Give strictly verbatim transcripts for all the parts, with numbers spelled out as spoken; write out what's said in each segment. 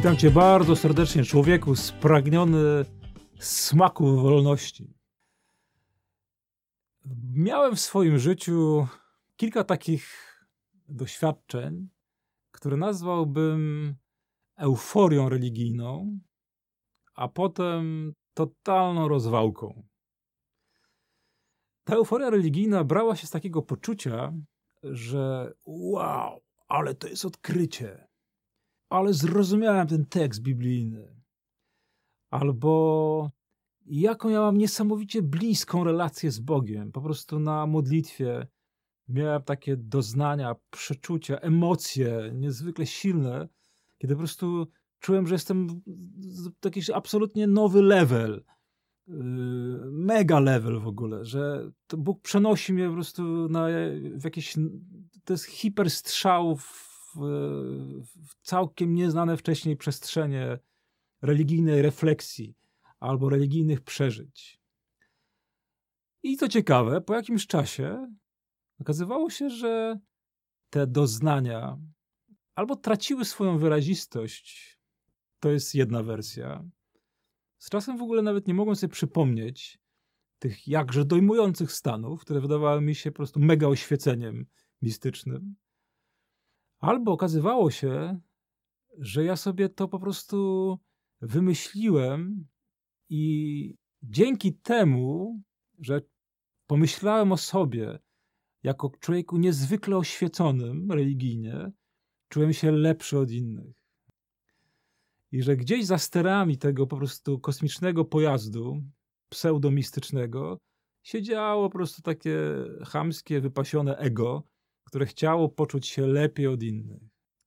Witam Cię bardzo serdecznie, człowieku spragniony smaku wolności. Miałem w swoim życiu kilka takich doświadczeń, które nazwałbym euforią religijną, a potem totalną rozwałką. Ta euforia religijna brała się z takiego poczucia, że wow, ale to jest odkrycie, ale zrozumiałem ten tekst biblijny, albo jaką ja mam niesamowicie bliską relację z Bogiem. Po prostu na modlitwie miałem takie doznania, przeczucia, emocje niezwykle silne, kiedy po prostu czułem, że jestem to jakiś absolutnie nowy level, mega level w ogóle, że to Bóg przenosi mnie po prostu na w jakieś, to jest hiperstrzał w, w całkiem nieznane wcześniej przestrzenie religijnej refleksji albo religijnych przeżyć. I co ciekawe, po jakimś czasie okazywało się, że te doznania albo traciły swoją wyrazistość, to jest jedna wersja. Z czasem w ogóle nawet nie mogłem sobie przypomnieć tych jakże dojmujących stanów, które wydawały mi się po prostu mega oświeceniem mistycznym. Albo okazywało się, że ja sobie to po prostu wymyśliłem i dzięki temu, że pomyślałem o sobie jako człowieku niezwykle oświeconym religijnie, czułem się lepszy od innych. I że gdzieś za sterami tego po prostu kosmicznego pojazdu pseudomistycznego siedziało po prostu takie chamskie, wypasione ego, które chciało poczuć się lepiej od innych.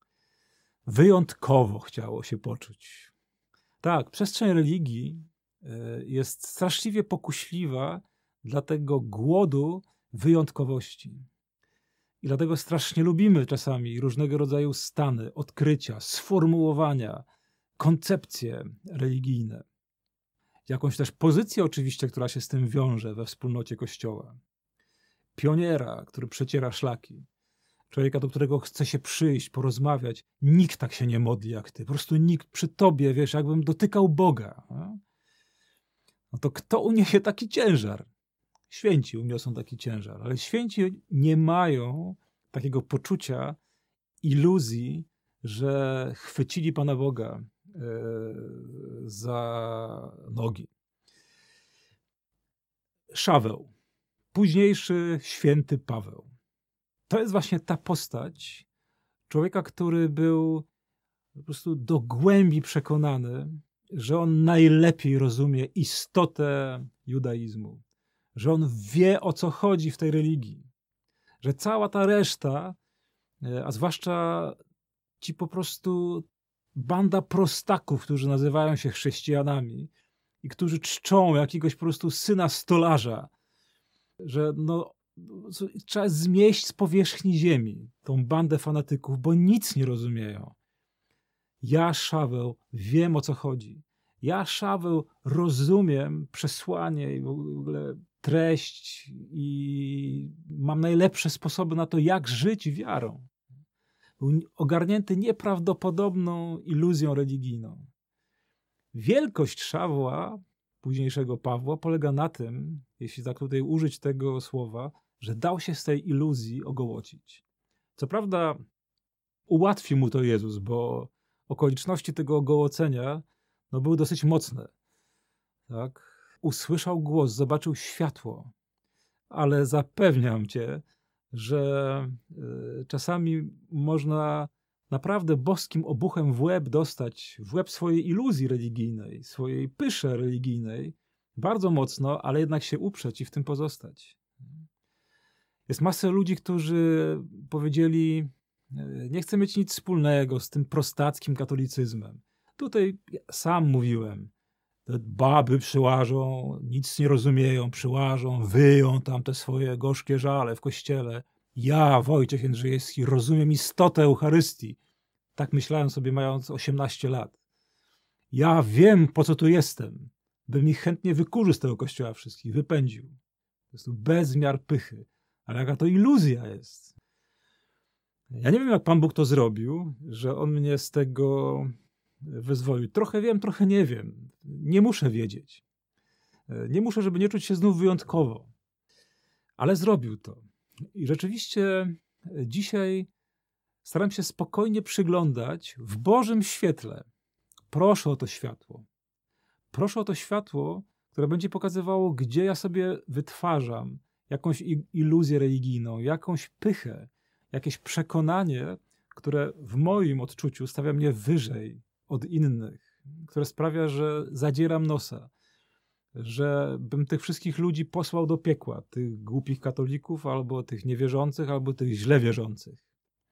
Wyjątkowo chciało się poczuć. Tak, przestrzeń religii jest straszliwie pokuśliwa dla tego głodu wyjątkowości. I dlatego strasznie lubimy czasami różnego rodzaju stany, odkrycia, sformułowania, koncepcje religijne. Jakąś też pozycję oczywiście, która się z tym wiąże we wspólnocie Kościoła. Pioniera, który przeciera szlaki. Człowieka, do którego chce się przyjść, porozmawiać. Nikt tak się nie modli jak ty. Po prostu nikt przy tobie, wiesz, jakbym dotykał Boga. No to kto uniesie taki ciężar? Święci uniosą taki ciężar, ale święci nie mają takiego poczucia, iluzji, że chwycili Pana Boga e, za nogi. Szaweł, późniejszy święty Paweł. To jest właśnie ta postać człowieka, który był po prostu do głębi przekonany, że on najlepiej rozumie istotę judaizmu, że on wie, o co chodzi w tej religii, że cała ta reszta, a zwłaszcza ci po prostu banda prostaków, którzy nazywają się chrześcijanami i którzy czczą jakiegoś po prostu syna stolarza, że no, trzeba zmieść z powierzchni ziemi tą bandę fanatyków, bo nic nie rozumieją. Ja, Szaweł, wiem, o co chodzi. Ja, Szaweł, rozumiem przesłanie i w ogóle treść i mam najlepsze sposoby na to, jak żyć wiarą. Był ogarnięty nieprawdopodobną iluzją religijną. Wielkość Szawła, późniejszego Pawła, polega na tym, jeśli tak tutaj użyć tego słowa, że dał się z tej iluzji ogołocić. Co prawda ułatwił mu to Jezus, bo okoliczności tego ogołocenia no, były dosyć mocne. Tak? Usłyszał głos, zobaczył światło, ale zapewniam cię, że y, czasami można naprawdę boskim obuchem w łeb dostać, w łeb swojej iluzji religijnej, swojej pysze religijnej, bardzo mocno, ale jednak się uprzeć i w tym pozostać. Jest masa ludzi, którzy powiedzieli, nie chcę mieć nic wspólnego z tym prostackim katolicyzmem. Tutaj sam mówiłem, te baby przyłażą, nic nie rozumieją, przyłażą, wyją tam te swoje gorzkie żale w kościele. Ja, Wojciech Jędrzejewski, rozumiem istotę Eucharystii. Tak myślałem sobie, mając osiemnaście lat. Ja wiem, po co tu jestem, bym ich chętnie wykurzył z tego kościoła wszystkich, wypędził. To jest bezmiar pychy. Ale jaka to iluzja jest. Ja nie wiem, jak Pan Bóg to zrobił, że On mnie z tego wyzwolił. Trochę wiem, trochę nie wiem. Nie muszę wiedzieć. Nie muszę, żeby nie czuć się znów wyjątkowo. Ale zrobił to. I rzeczywiście dzisiaj staram się spokojnie przyglądać w Bożym świetle. Proszę o to światło. Proszę o to światło, które będzie pokazywało, gdzie ja sobie wytwarzam jakąś iluzję religijną, jakąś pychę, jakieś przekonanie, które w moim odczuciu stawia mnie wyżej od innych, które sprawia, że zadzieram nosa, że bym tych wszystkich ludzi posłał do piekła, tych głupich katolików, albo tych niewierzących, albo tych źle wierzących.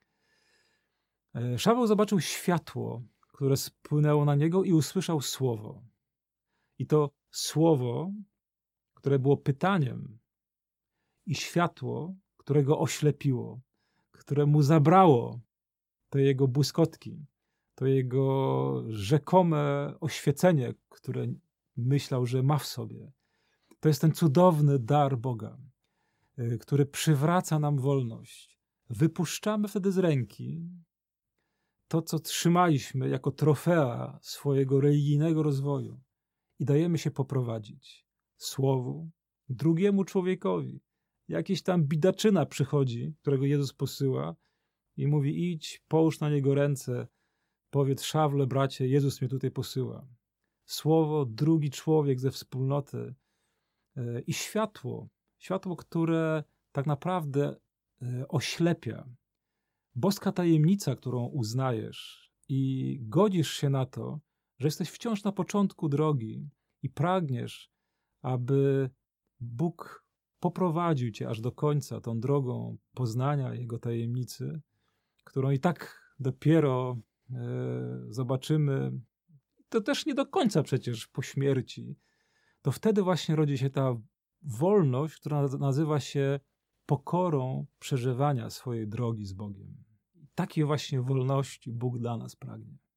Szaweł zobaczył światło, które spłynęło na niego i usłyszał słowo. I to słowo, które było pytaniem, i światło, które go oślepiło, które mu zabrało te jego błyskotki, to jego rzekome oświecenie, które myślał, że ma w sobie. To jest ten cudowny dar Boga, który przywraca nam wolność. Wypuszczamy wtedy z ręki to, co trzymaliśmy jako trofea swojego religijnego rozwoju i dajemy się poprowadzić słowu, drugiemu człowiekowi. Jakiś tam bidaczyna przychodzi, którego Jezus posyła i mówi: idź, połóż na niego ręce, powiedz: Szawle, bracie, Jezus mnie tutaj posyła. Słowo, drugi człowiek ze wspólnoty yy, i światło, światło, które tak naprawdę yy, oślepia. Boska tajemnica, którą uznajesz i godzisz się na to, że jesteś wciąż na początku drogi i pragniesz, aby Bóg poprowadził cię aż do końca tą drogą poznania Jego tajemnicy, którą i tak dopiero e, zobaczymy, to też nie do końca przecież po śmierci, to wtedy właśnie rodzi się ta wolność, która nazywa się pokorą przeżywania swojej drogi z Bogiem. Takiej właśnie wolności Bóg dla nas pragnie.